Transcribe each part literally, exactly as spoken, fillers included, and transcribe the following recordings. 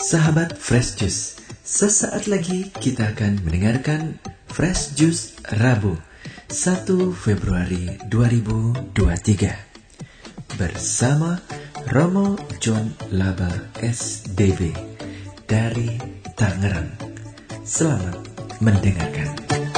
Sahabat Fresh Juice, sesaat lagi kita akan mendengarkan Fresh Juice Rabu satu Februari dua ribu dua puluh tiga bersama Romo John Laba S D B dari Tangerang. Selamat mendengarkan.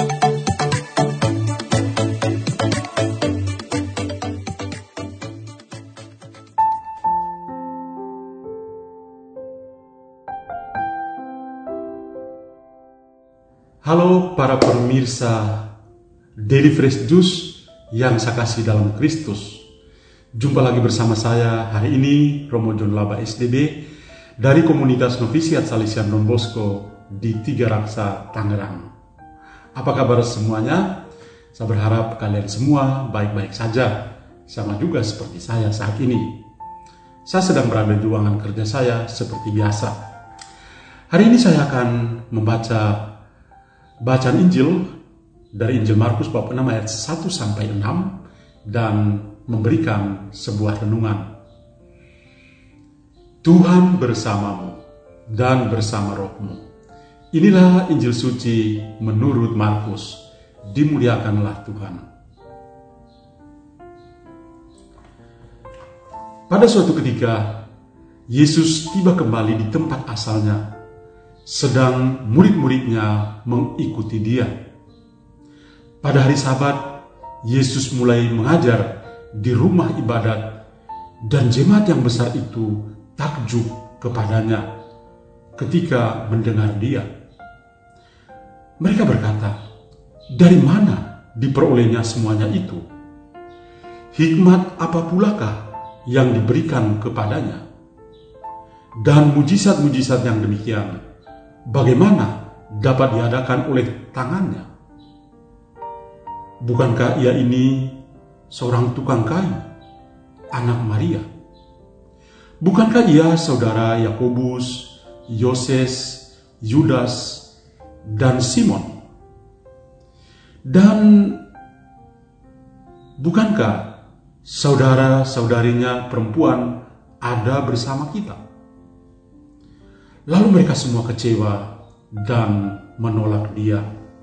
Halo para pemirsa Daily Fresh Juice yang saya kasih dalam Kristus. Jumpa lagi bersama saya hari ini, Romo John Laba S D B dari komunitas Novisiat Salesian Don Bosco di Tiga Raksa, Tangerang. Apa kabar semuanya? Saya berharap kalian semua baik-baik saja, sama juga seperti saya saat ini. Saya sedang berada di ruangan kerja saya seperti biasa. Hari ini saya akan membaca bacaan Injil dari Injil Markus bab enam ayat satu sampai enam dan memberikan sebuah renungan. Tuhan bersamamu dan bersama rohmu. Inilah Injil suci menurut Markus. Dimuliakanlah Tuhan. Pada suatu ketika, Yesus tiba kembali di tempat asalnya, sedang murid-muridnya mengikuti dia. Pada hari Sabat, Yesus mulai mengajar di rumah ibadat dan jemaat yang besar itu takjub kepadanya ketika mendengar dia. Mereka berkata, "Dari mana diperolehnya semuanya itu? Hikmat apa pulakah yang diberikan kepadanya? Dan mujizat-mujizat yang demikian bagaimana dapat diadakan oleh tangannya? Bukankah ia ini seorang tukang kayu, anak Maria? Bukankah ia saudara Yakobus, Yoses, Yudas, dan Simon? Dan bukankah saudara-saudarinya perempuan ada bersama kita?" Lalu mereka semua kecewa dan menolak dia.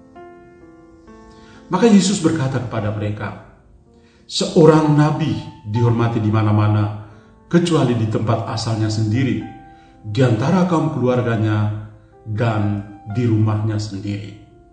Maka Yesus berkata kepada mereka, "Seorang nabi dihormati di mana-mana, kecuali di tempat asalnya sendiri, di antara kaum keluarganya, dan di rumahnya sendiri."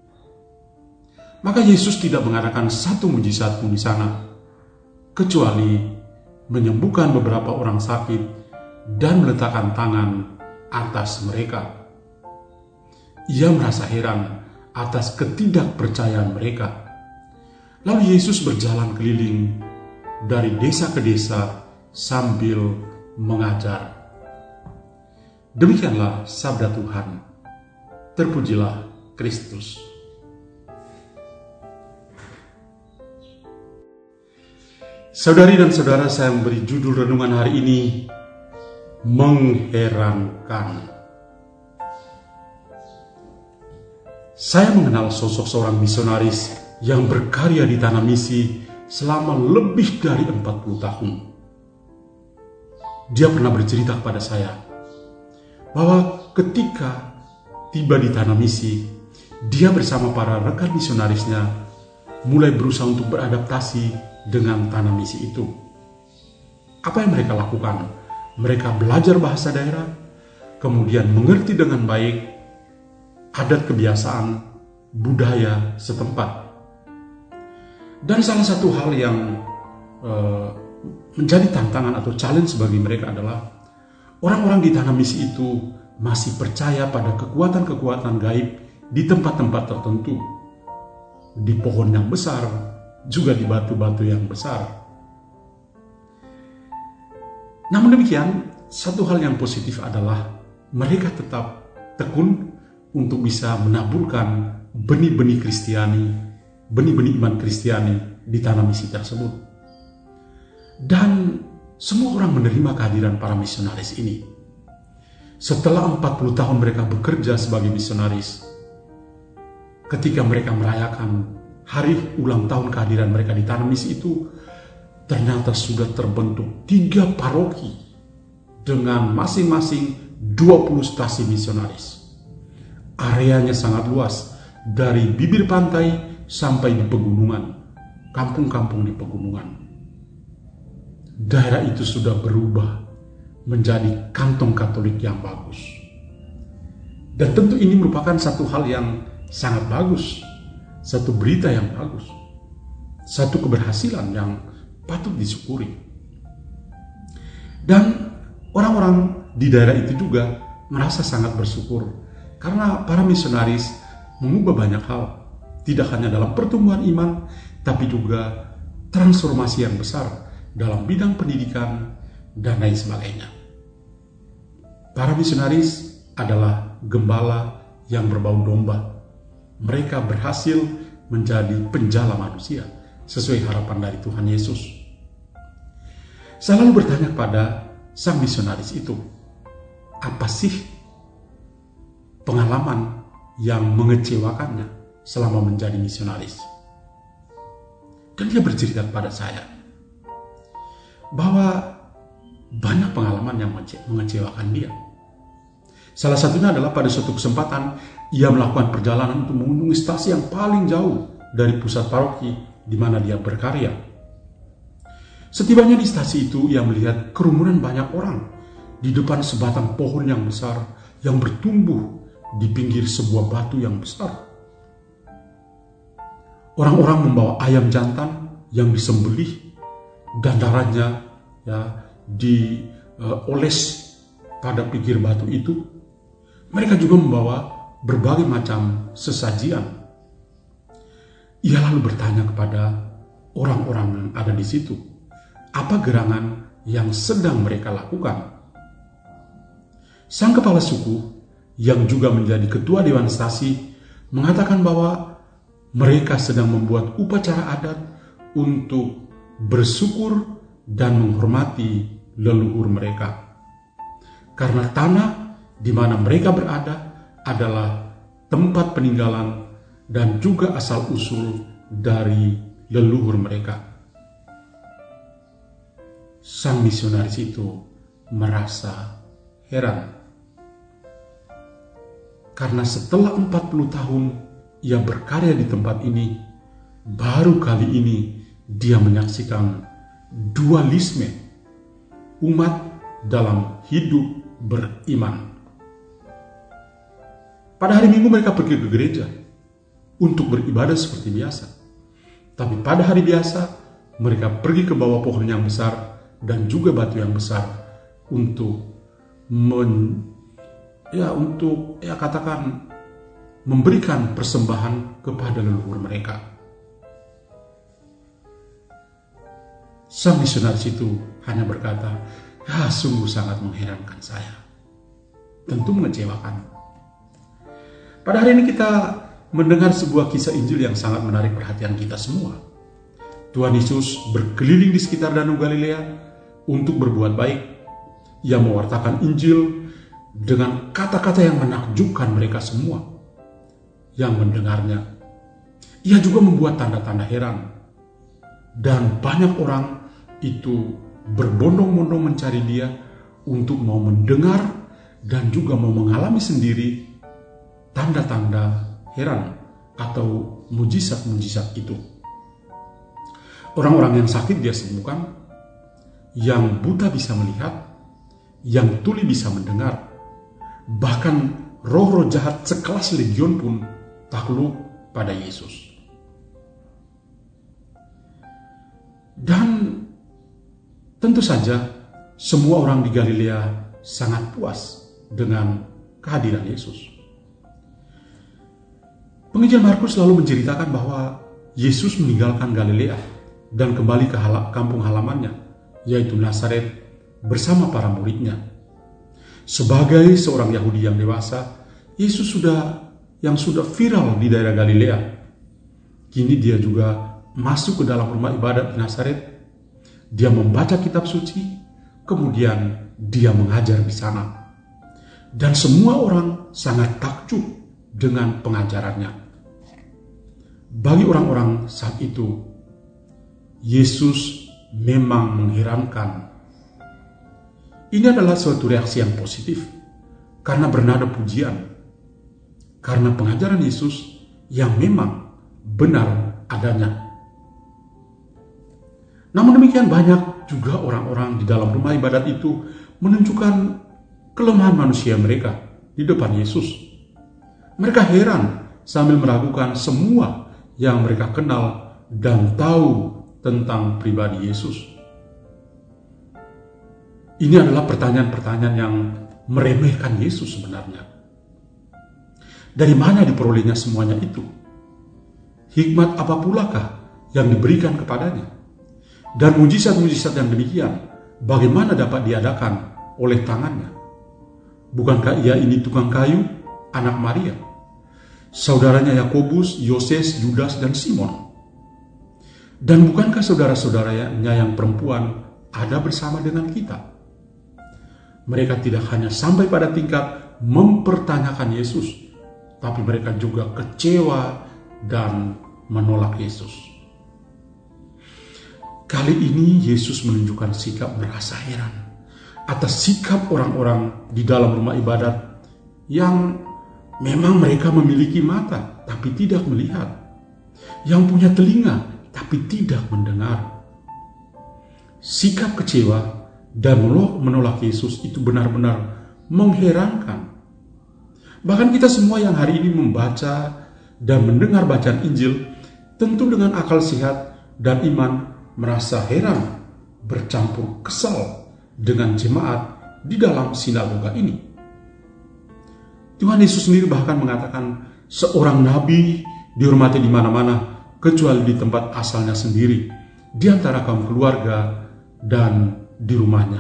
Maka Yesus tidak mengadakan satu mujizat pun di sana, kecuali menyembuhkan beberapa orang sakit dan meletakkan tangan atas mereka. Ia merasa heran atas ketidakpercayaan mereka. Lalu Yesus berjalan keliling dari desa ke desa sambil mengajar. Demikianlah sabda Tuhan. Terpujilah Kristus. Saudari dan saudara, saya memberi judul renungan hari ini, mengherankan. Saya mengenal sosok seorang misionaris yang berkarya di tanah misi selama lebih dari empat puluh tahun. Dia pernah bercerita kepada saya bahwa ketika tiba di tanah misi, dia bersama para rekan misionarisnya mulai berusaha untuk beradaptasi dengan tanah misi itu. Apa yang mereka lakukan? Mereka belajar bahasa daerah, kemudian mengerti dengan baik adat kebiasaan budaya setempat. Dan salah satu hal yang uh, menjadi tantangan atau challenge bagi mereka adalah orang-orang di tanah misi itu masih percaya pada kekuatan-kekuatan gaib di tempat-tempat tertentu, di pohon yang besar, juga di batu-batu yang besar. Namun demikian, satu hal yang positif adalah mereka tetap tekun untuk bisa menaburkan benih-benih Kristiani, benih-benih iman Kristiani di tanah misi tersebut. Dan semua orang menerima kehadiran para misionaris ini. Setelah empat puluh tahun mereka bekerja sebagai misionaris, ketika mereka merayakan hari ulang tahun kehadiran mereka di tanah misi itu, ternyata sudah terbentuk tiga paroki dengan masing-masing dua puluh stasi misionaris. Areanya sangat luas, dari bibir pantai sampai di pegunungan, kampung-kampung di pegunungan. Daerah itu sudah berubah menjadi kantong Katolik yang bagus. Dan tentu ini merupakan satu hal yang sangat bagus, satu berita yang bagus, satu keberhasilan yang patut disyukuri. Dan orang-orang di daerah itu juga merasa sangat bersyukur karena para misionaris mengubah banyak hal, tidak hanya dalam pertumbuhan iman, tapi juga transformasi yang besar dalam bidang pendidikan dan lain sebagainya. Para misionaris adalah gembala yang berbau domba. Mereka berhasil menjadi penjala manusia sesuai harapan dari Tuhan Yesus. Saya lalu bertanya kepada sang misionaris itu, apa sih pengalaman yang mengecewakannya selama menjadi misionaris? Dan dia bercerita kepada saya bahwa banyak pengalaman yang mengecewakan dia. Salah satunya adalah pada suatu kesempatan ia melakukan perjalanan untuk mengunjungi stasi yang paling jauh dari pusat paroki di mana dia berkarya. Setibanya di stasi itu, ia melihat kerumunan banyak orang di depan sebatang pohon yang besar yang bertumbuh di pinggir sebuah batu yang besar. Orang-orang membawa ayam jantan yang disembelih dan darahnya ya dioles pada pinggir batu itu. Mereka juga membawa berbagai macam sesajian. Ia lalu bertanya kepada orang-orang yang ada di situ, apa gerangan yang sedang mereka lakukan? Sang kepala suku yang juga menjadi ketua dewan stasi mengatakan bahwa mereka sedang membuat upacara adat untuk bersyukur dan menghormati leluhur mereka. Karena tanah di mana mereka berada adalah tempat peninggalan dan juga asal-usul dari leluhur mereka. Sang misionaris itu merasa heran. Karena setelah empat puluh tahun ia berkarya di tempat ini, baru kali ini dia menyaksikan dualisme umat dalam hidup beriman. Pada hari Minggu mereka pergi ke gereja untuk beribadah seperti biasa. Tapi pada hari biasa mereka pergi ke bawah pohon yang besar dan juga batu yang besar untuk men, ya untuk ya katakan memberikan persembahan kepada leluhur mereka. Sang misionaris itu hanya berkata, ya sungguh sangat mengherankan saya. Tentu mengecewakan. Pada hari ini kita mendengar sebuah kisah Injil yang sangat menarik perhatian kita semua. Tuhan Yesus berkeliling di sekitar Danau Galilea untuk berbuat baik. Ia mewartakan Injil dengan kata-kata yang menakjubkan mereka semua yang mendengarnya. Ia juga membuat tanda-tanda heran. Dan banyak orang itu berbondong-bondong mencari dia untuk mau mendengar dan juga mau mengalami sendiri tanda-tanda heran atau mujizat-mujizat itu. Orang-orang yang sakit dia sembuhkan, yang buta bisa melihat, yang tuli bisa mendengar, bahkan roh-roh jahat sekelas legion pun takluk pada Yesus. Dan tentu saja semua orang di Galilea sangat puas dengan kehadiran Yesus. Penginjil Markus lalu menceritakan bahwa Yesus meninggalkan Galilea dan kembali ke kampung halamannya, yaitu Nazaret, bersama para muridnya. Sebagai seorang Yahudi yang dewasa, Yesus sudah yang sudah viral di daerah Galilea. Kini dia juga masuk ke dalam rumah ibadat di Nazaret. Dia membaca kitab suci, kemudian dia mengajar di sana. Dan semua orang sangat takjub dengan pengajarannya. Bagi orang-orang saat itu, Yesus memang mengherankan. Ini adalah suatu reaksi yang positif karena bernada pujian, karena pengajaran Yesus yang memang benar adanya. Namun demikian banyak juga orang-orang di dalam rumah ibadat itu menunjukkan kelemahan manusia mereka di depan Yesus. Mereka heran sambil meragukan semua yang mereka kenal dan tahu tentang pribadi Yesus. Ini adalah pertanyaan-pertanyaan yang meremehkan Yesus sebenarnya. Dari mana diperolehnya semuanya itu? Hikmat apa pulakah yang diberikan kepadanya? Dan mujizat-mujizat yang demikian, bagaimana dapat diadakan oleh tangannya? Bukankah ia ini tukang kayu, anak Maria, saudaranya Yakobus, Yoses, Yudas, dan Simon? Dan bukankah saudara-saudaranya yang perempuan ada bersama dengan kita? Mereka tidak hanya sampai pada tingkat mempertanyakan Yesus, tapi mereka juga kecewa dan menolak Yesus. Kali ini Yesus menunjukkan sikap merasa heran atas sikap orang-orang di dalam rumah ibadat yang memang mereka memiliki mata tapi tidak melihat, yang punya telinga tapi tidak mendengar. Sikap kecewa dan menolak Yesus itu benar-benar mengherankan. Bahkan kita semua yang hari ini membaca dan mendengar bacaan Injil tentu dengan akal sehat dan iman merasa heran bercampur kesal dengan jemaat di dalam sinagoga ini. Tuhan Yesus sendiri bahkan mengatakan seorang nabi dihormati di mana-mana kecuali di tempat asalnya sendiri, di antara kaum keluarga dan di rumahnya.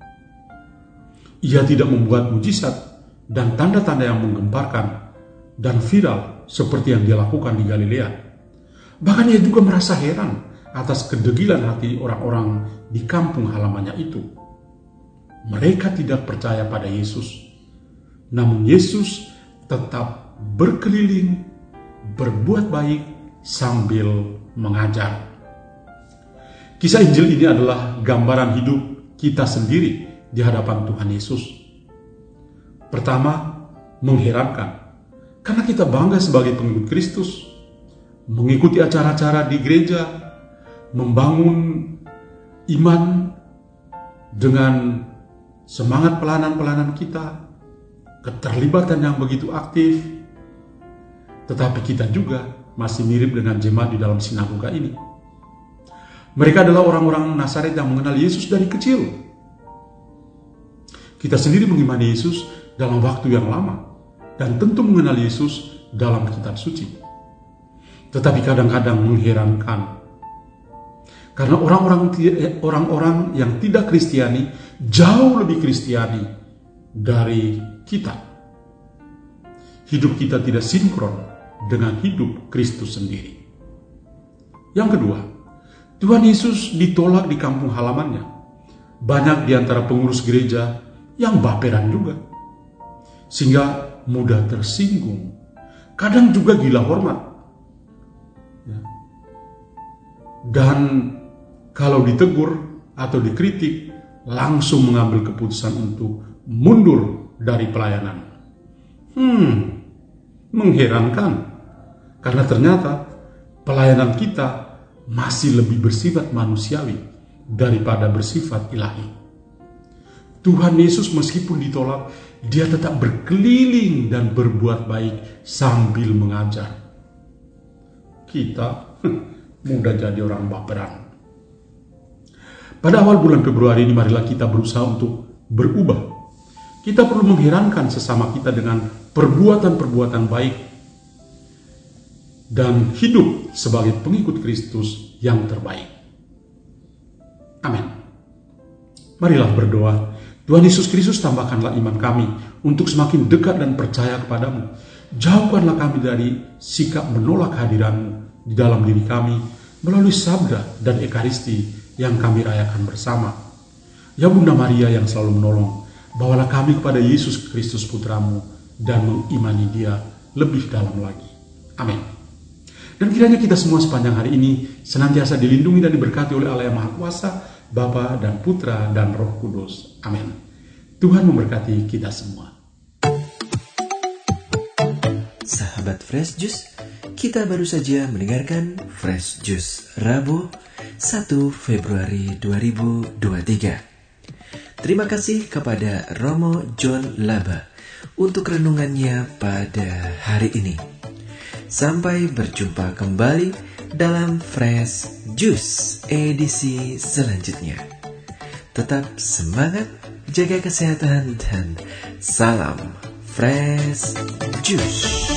Ia tidak membuat mujizat dan tanda-tanda yang menggemparkan dan viral seperti yang dia lakukan di Galilea. Bahkan ia juga merasa heran atas kedegilan hati orang-orang di kampung halamannya itu. Mereka tidak percaya pada Yesus, namun Yesus tetap berkeliling, berbuat baik sambil mengajar. Kisah Injil ini adalah gambaran hidup kita sendiri di hadapan Tuhan Yesus. Pertama, mengherankan, karena kita bangga sebagai pengikut Kristus, mengikuti acara-acara di gereja, membangun iman dengan semangat pelayanan-pelayanan kita, keterlibatan yang begitu aktif. Tetapi kita juga masih mirip dengan jemaat di dalam sinagoga ini. Mereka adalah orang-orang Nazaret yang mengenal Yesus dari kecil. Kita sendiri mengimani Yesus dalam waktu yang lama dan tentu mengenal Yesus dalam kitab suci. Tetapi kadang-kadang mengherankan, karena orang-orang orang-orang yang tidak Kristiani jauh lebih Kristiani dari kita. Hidup kita tidak sinkron dengan hidup Kristus sendiri. Yang kedua, Tuhan Yesus ditolak di kampung halamannya. Banyak di antara pengurus gereja yang baperan juga, sehingga mudah tersinggung, kadang juga gila hormat. Dan kalau ditegur atau dikritik, langsung mengambil keputusan untuk mundur dari pelayanan. Hmm, mengherankan, karena ternyata pelayanan kita masih lebih bersifat manusiawi daripada bersifat ilahi. Tuhan Yesus meskipun ditolak, dia tetap berkeliling dan berbuat baik sambil mengajar. Kita mudah jadi orang baperan. Pada awal bulan Februari ini, marilah kita berusaha untuk berubah. Kita perlu mengherankan sesama kita dengan perbuatan-perbuatan baik dan hidup sebagai pengikut Kristus yang terbaik. Amin. Marilah berdoa. Tuhan Yesus Kristus, tambahkanlah iman kami untuk semakin dekat dan percaya kepadamu. Jauhkanlah kami dari sikap menolak hadirat-Mu di dalam diri kami melalui sabda dan ekaristi yang kami rayakan bersama. Ya Bunda Maria yang selalu menolong, bawalah kami kepada Yesus Kristus Putra-Mu dan mengimani Dia lebih dalam lagi. Amin. Dan kiranya kita semua sepanjang hari ini senantiasa dilindungi dan diberkati oleh Allah yang Maha Kuasa, Bapa dan Putra dan Roh Kudus. Amin. Tuhan memberkati kita semua. Sahabat Fresh Juice, kita baru saja mendengarkan Fresh Juice Rabu satu Februari dua ribu dua puluh tiga. Terima kasih kepada Romo John Laba untuk renungannya pada hari ini. Sampai berjumpa kembali dalam Fresh Juice edisi selanjutnya. Tetap semangat, jaga kesehatan, dan salam Fresh Juice.